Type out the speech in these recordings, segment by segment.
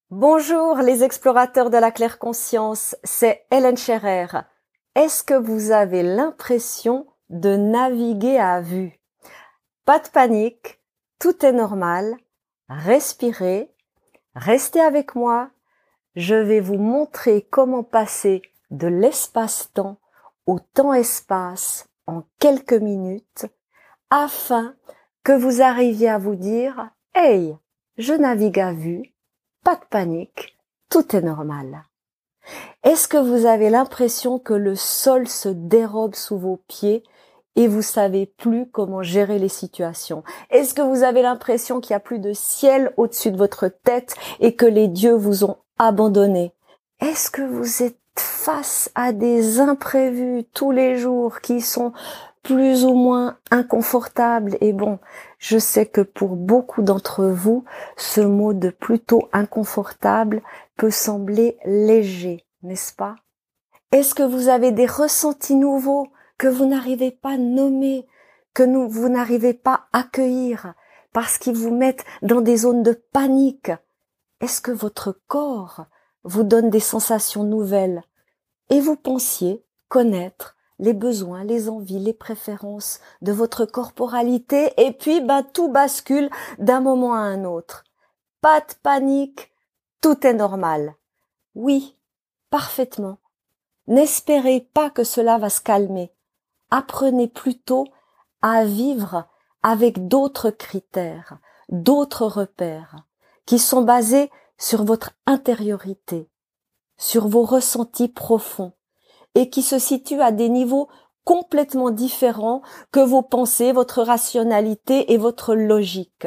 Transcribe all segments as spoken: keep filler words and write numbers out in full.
Bonjour les explorateurs de la claire conscience, c'est Hélène Scherer. Est-ce que vous avez l'impression de naviguer à vue? Pas de panique, tout est normal. Respirez, restez avec moi. Je vais vous montrer comment passer de l'espace-temps au temps-espace en quelques minutes afin que vous arriviez à vous dire « Hey, je navigue à vue ». Pas de panique, tout est normal. Est-ce que vous avez l'impression que le sol se dérobe sous vos pieds et vous savez plus comment gérer les situations? Est-ce que vous avez l'impression qu'il n'y a plus de ciel au-dessus de votre tête et que les dieux vous ont abandonné? Est-ce que vous êtes face à des imprévus tous les jours qui sont plus ou moins inconfortables? Et bon, je sais que pour beaucoup d'entre vous, ce mot de plutôt inconfortable peut sembler léger, n'est-ce pas? Est-ce que vous avez des ressentis nouveaux que vous n'arrivez pas à nommer, que nous, vous n'arrivez pas à accueillir parce qu'ils vous mettent dans des zones de panique? Est-ce que votre corps vous donne des sensations nouvelles et vous pensiez connaître les besoins, les envies, les préférences de votre corporalité et puis ben, tout bascule d'un moment à un autre. Pas de panique, tout est normal. Oui, parfaitement. N'espérez pas que cela va se calmer. Apprenez plutôt à vivre avec d'autres critères, d'autres repères qui sont basés sur votre intériorité, sur vos ressentis profonds et qui se situent à des niveaux complètement différents que vos pensées, votre rationalité et votre logique.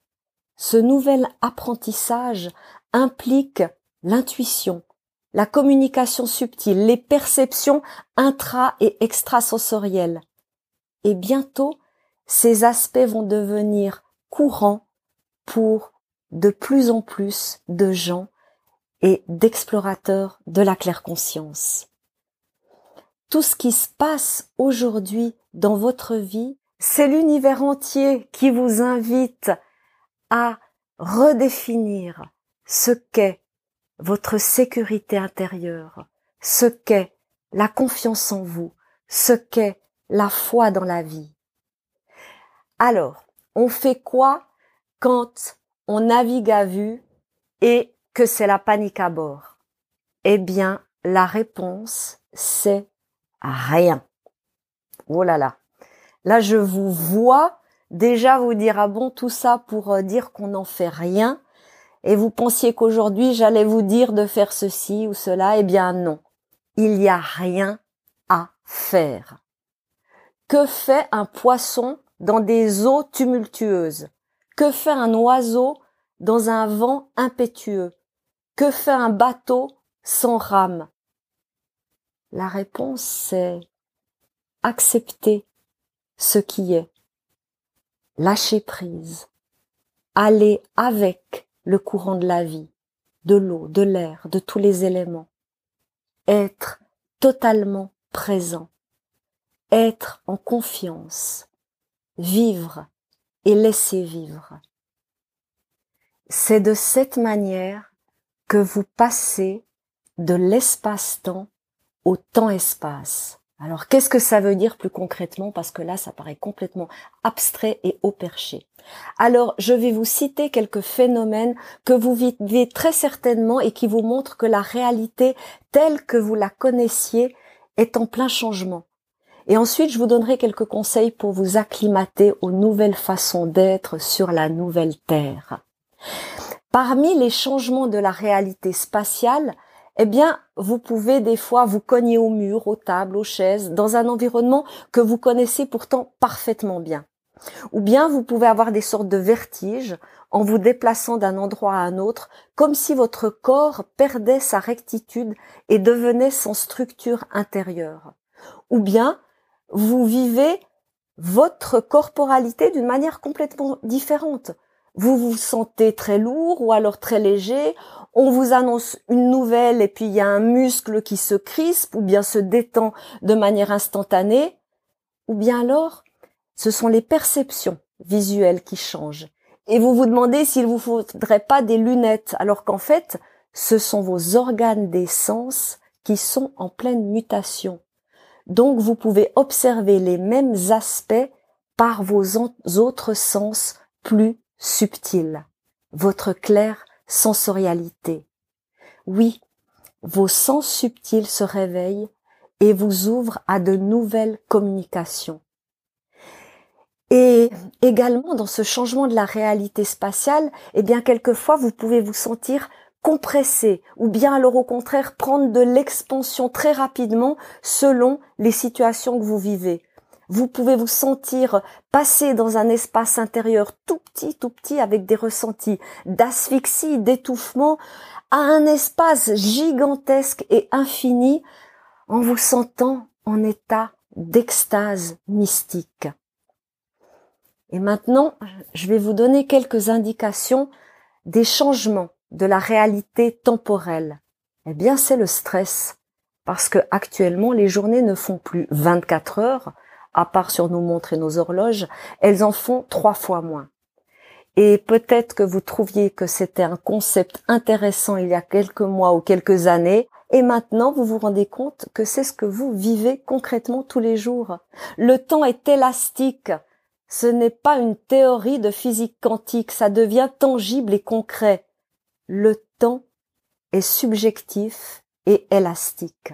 Ce nouvel apprentissage implique l'intuition, la communication subtile, les perceptions intra- et extrasensorielles. Et bientôt, ces aspects vont devenir courants pour de plus en plus de gens et d'explorateurs de la claire conscience. Tout ce qui se passe aujourd'hui dans votre vie, c'est l'univers entier qui vous invite à redéfinir ce qu'est votre sécurité intérieure, ce qu'est la confiance en vous, ce qu'est la foi dans la vie. Alors, on fait quoi quand on navigue à vue et que c'est la panique à bord? Eh bien, la réponse, c'est rien. Oh là là. Là, je vous vois déjà vous dire, ah bon, tout ça pour dire qu'on n'en fait rien. Et vous pensiez qu'aujourd'hui, j'allais vous dire de faire ceci ou cela. Eh bien, non. Il n'y a rien à faire. Que fait un poisson dans des eaux tumultueuses? Que fait un oiseau dans un vent impétueux? Que fait un bateau sans rame? La réponse, c'est accepter ce qui est, lâcher prise, aller avec le courant de la vie, de l'eau, de l'air, de tous les éléments, être totalement présent, être en confiance, vivre et laisser vivre. C'est de cette manière que vous passez de l'espace-temps au temps-espace. Alors, qu'est-ce que ça veut dire plus concrètement? Parce que là, ça paraît complètement abstrait et haut perché. Alors, je vais vous citer quelques phénomènes que vous vivez très certainement et qui vous montrent que la réalité telle que vous la connaissiez est en plein changement. Et ensuite, je vous donnerai quelques conseils pour vous acclimater aux nouvelles façons d'être sur la nouvelle Terre. Parmi les changements de la réalité spatiale, eh bien, vous pouvez des fois vous cogner au mur, aux tables, aux chaises, dans un environnement que vous connaissez pourtant parfaitement bien. Ou bien vous pouvez avoir des sortes de vertiges en vous déplaçant d'un endroit à un autre, comme si votre corps perdait sa rectitude et devenait sans structure intérieure. Ou bien vous vivez votre corporalité d'une manière complètement différente. Vous vous sentez très lourd ou alors très léger, on vous annonce une nouvelle et puis il y a un muscle qui se crispe ou bien se détend de manière instantanée, ou bien alors ce sont les perceptions visuelles qui changent. Et vous vous demandez s'il vous faudrait pas des lunettes, alors qu'en fait, ce sont vos organes des sens qui sont en pleine mutation. Donc vous pouvez observer les mêmes aspects par vos autres sens plus subtils, votre claire sensorialité. Oui, vos sens subtils se réveillent et vous ouvrent à de nouvelles communications. Et également dans ce changement de la réalité spatiale, eh bien quelquefois vous pouvez vous sentir compressé ou bien alors au contraire prendre de l'expansion très rapidement selon les situations que vous vivez. Vous pouvez vous sentir passer dans un espace intérieur tout petit, tout petit avec des ressentis d'asphyxie, d'étouffement à un espace gigantesque et infini en vous sentant en état d'extase mystique. Et maintenant, je vais vous donner quelques indications des changements de la réalité temporelle. Eh bien, c'est le stress. Parce que actuellement, les journées ne font plus vingt-quatre heures, à part sur nos montres et nos horloges, elles en font trois fois moins. Et peut-être que vous trouviez que c'était un concept intéressant il y a quelques mois ou quelques années, et maintenant vous vous rendez compte que c'est ce que vous vivez concrètement tous les jours. Le temps est élastique. Ce n'est pas une théorie de physique quantique, ça devient tangible et concret. Le temps est subjectif et élastique.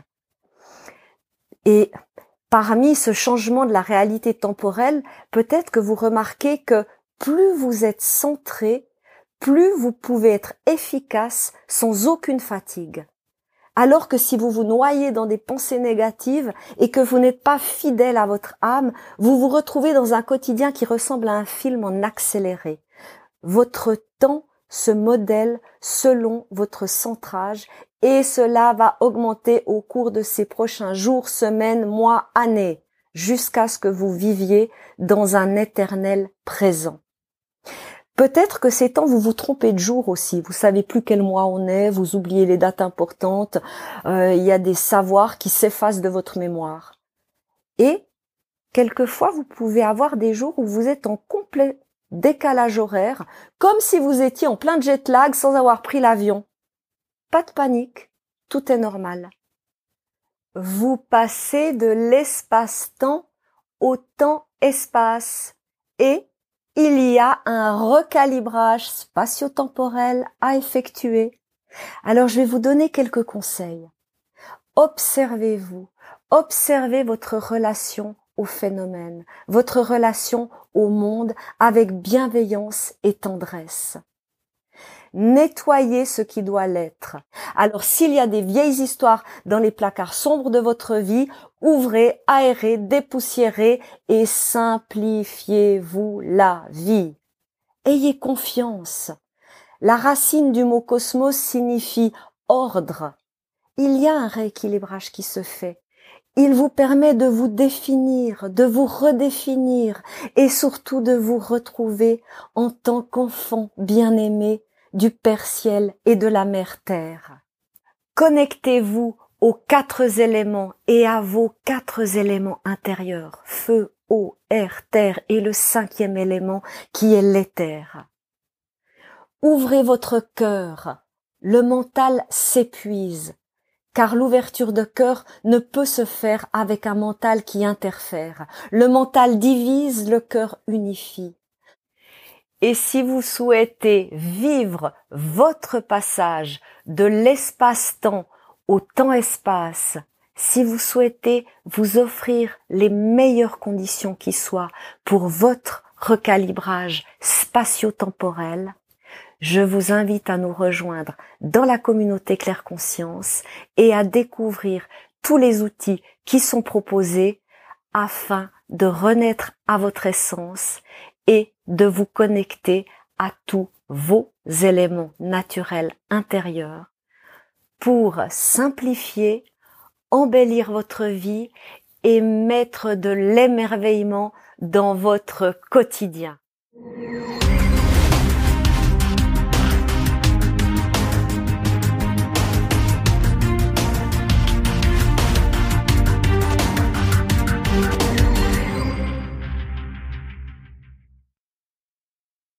Et parmi ce changement de la réalité temporelle, peut-être que vous remarquez que plus vous êtes centré, plus vous pouvez être efficace sans aucune fatigue. Alors que si vous vous noyez dans des pensées négatives et que vous n'êtes pas fidèle à votre âme, vous vous retrouvez dans un quotidien qui ressemble à un film en accéléré. Votre temps se modèle selon votre centrage et cela va augmenter au cours de ces prochains jours, semaines, mois, années, jusqu'à ce que vous viviez dans un éternel présent. Peut-être que ces temps, vous vous trompez de jour aussi. Vous savez plus quel mois on est, vous oubliez les dates importantes. Euh, il y a des savoirs qui s'effacent de votre mémoire. Et quelquefois, vous pouvez avoir des jours où vous êtes en complet décalage horaire, comme si vous étiez en plein jet lag sans avoir pris l'avion. Pas de panique, tout est normal. Vous passez de l'espace-temps au temps-espace et il y a un recalibrage spatio-temporel à effectuer. Alors je vais vous donner quelques conseils. Observez-vous, observez votre relation au phénomène, votre relation au monde avec bienveillance et tendresse. Nettoyez ce qui doit l'être. Alors s'il y a des vieilles histoires dans les placards sombres de votre vie, ouvrez, aérez, dépoussiérez et simplifiez-vous la vie. Ayez confiance. La racine du mot cosmos signifie ordre. Il y a un rééquilibrage qui se fait. Il vous permet de vous définir, de vous redéfinir et surtout de vous retrouver en tant qu'enfant bien-aimé du Père Ciel et de la Mère Terre. Connectez-vous aux quatre éléments et à vos quatre éléments intérieurs, feu, eau, air, terre et le cinquième élément qui est l'éther. Ouvrez votre cœur, le mental s'épuise, car l'ouverture de cœur ne peut se faire avec un mental qui interfère. Le mental divise, le cœur unifie. Et si vous souhaitez vivre votre passage de l'espace-temps au temps-espace, si vous souhaitez vous offrir les meilleures conditions qui soient pour votre recalibrage spatio-temporel, je vous invite à nous rejoindre dans la communauté Claire Conscience et à découvrir tous les outils qui sont proposés afin de renaître à votre essence et de vous connecter à tous vos éléments naturels intérieurs pour simplifier, embellir votre vie et mettre de l'émerveillement dans votre quotidien.